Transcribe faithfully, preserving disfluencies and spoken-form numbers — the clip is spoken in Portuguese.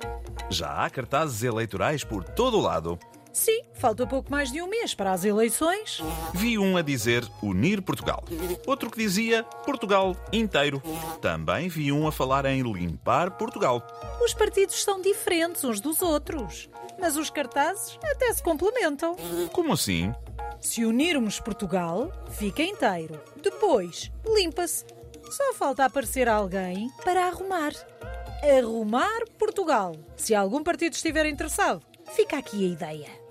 Já há cartazes eleitorais por todo o lado. Sim, falta pouco mais de um mês para as eleições. Vi um a dizer Unir Portugal. Outro que dizia Portugal inteiro. Também vi um a falar em limpar Portugal. Os partidos são diferentes uns dos outros, mas os cartazes até se complementam. Como assim? Se unirmos Portugal, fica inteiro. Depois, limpa-se. Só falta aparecer alguém para arrumar. Arrumar Portugal. Se algum partido estiver interessado, fica aqui a ideia.